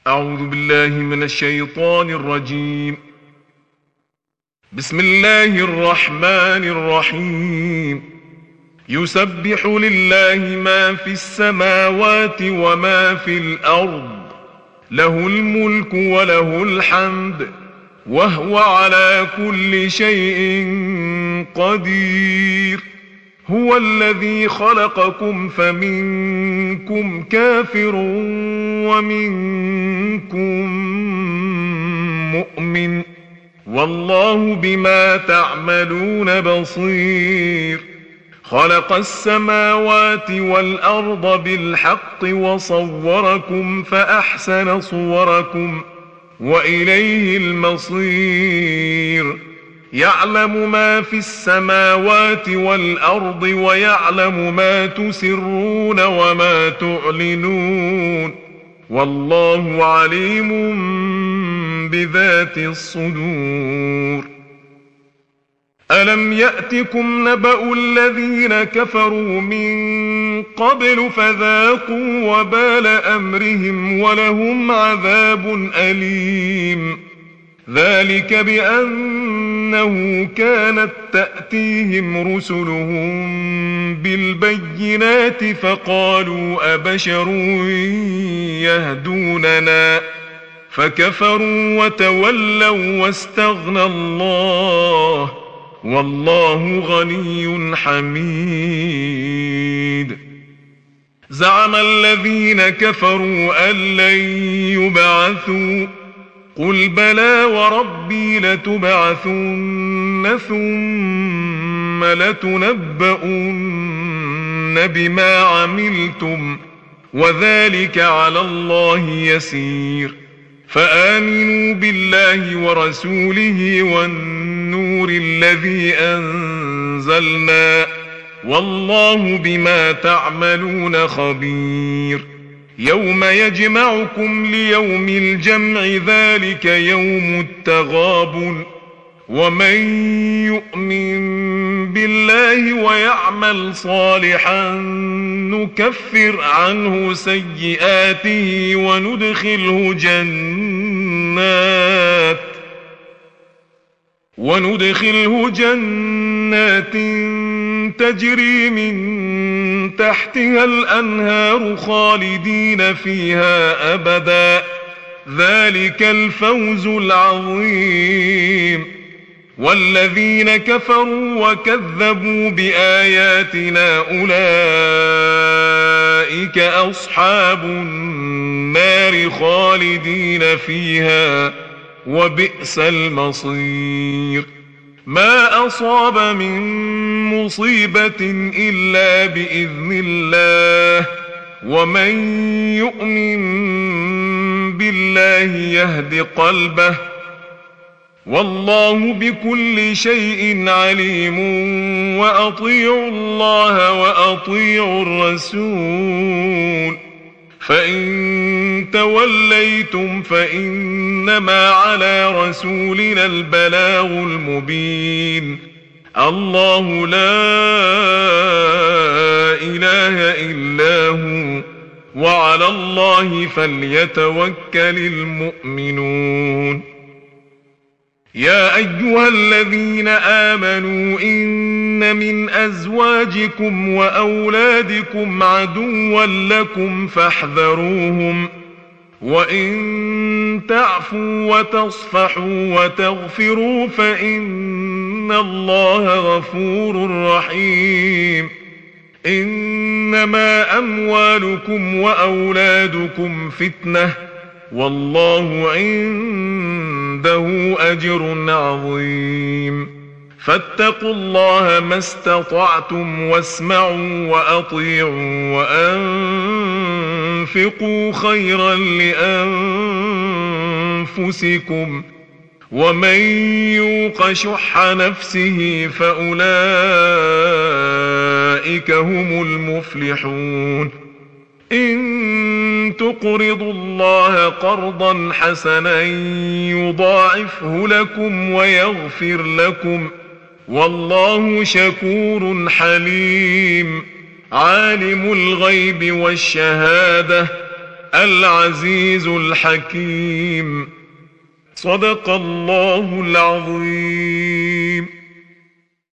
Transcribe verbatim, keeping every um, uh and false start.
أعوذ بالله من الشيطان الرجيم. بسم الله الرحمن الرحيم. يسبح لله ما في السماوات وما في الأرض، له الملك وله الحمد، وهو على كل شيء قدير. هو الذي خلقكم فمنكم كافر ومنكم مؤمن، والله بما تعملون بصير. خلق السماوات والأرض بالحق وصوركم فأحسن صوركم وإليه المصير. يعلم ما في السماوات والأرض ويعلم ما تسرون وما تعلنون، والله عليم بذات الصدور. ألم يأتكم نبأ الذين كفروا من قبل فذاقوا وبال أمرهم ولهم عذاب أليم. ذلك بأنه كانت تأتيهم رسلهم بالبينات فقالوا أبشر يهدوننا، فكفروا وتولوا واستغنى الله، والله غني حميد. زعم الذين كفروا أن لن يبعثوا، قل بلى وربي لتبعثن ثم لتنبؤن بما عملتم، وذلك على الله يسير. فآمنوا بالله ورسوله والنور الذي أنزلنا، والله بما تعملون خبير. يوم يجمعكم ليوم الجمع، ذلك يوم التغابن. ومن يؤمن بالله ويعمل صالحا نكفر عنه سيئاته وندخله جنات وندخله جنات تجري من تحتها الأنهار خالدين فيها أبدا، ذلك الفوز العظيم. والذين كفروا وكذبوا بآياتنا أولئك أصحاب النار خالدين فيها، وبئس المصير. ما أصاب من مصيبة إلا بإذن الله، ومن يؤمن بالله يهد قلبه، والله بكل شيء عليم. وأطيعوا الله وأطيعوا الرسول، فإن توليتم فإنما على رسولنا البلاغ المبين. الله لا إله إلا هو، وعلى الله فليتوكل المؤمنون. يا أيها الذين آمنوا إن من أزواجكم وأولادكم عدوا لكم فاحذروهم، وإن تعفوا وتصفحوا وتغفروا فإن الله غفور رحيم. إنما أموالكم وأولادكم فتنة، والله عنده أجر عظيم. فاتقوا الله ما استطعتم واسمعوا وأطيعوا وأنفقوا خيرا لأنفسكم، ومن يوق شح نفسه فأولئك هم المفلحون. إن تقرضوا الله قرضا حسنا يضاعفه لكم ويغفر لكم، والله شكور حليم. عالم الغيب والشهادة العزيز الحكيم. صدق الله العظيم.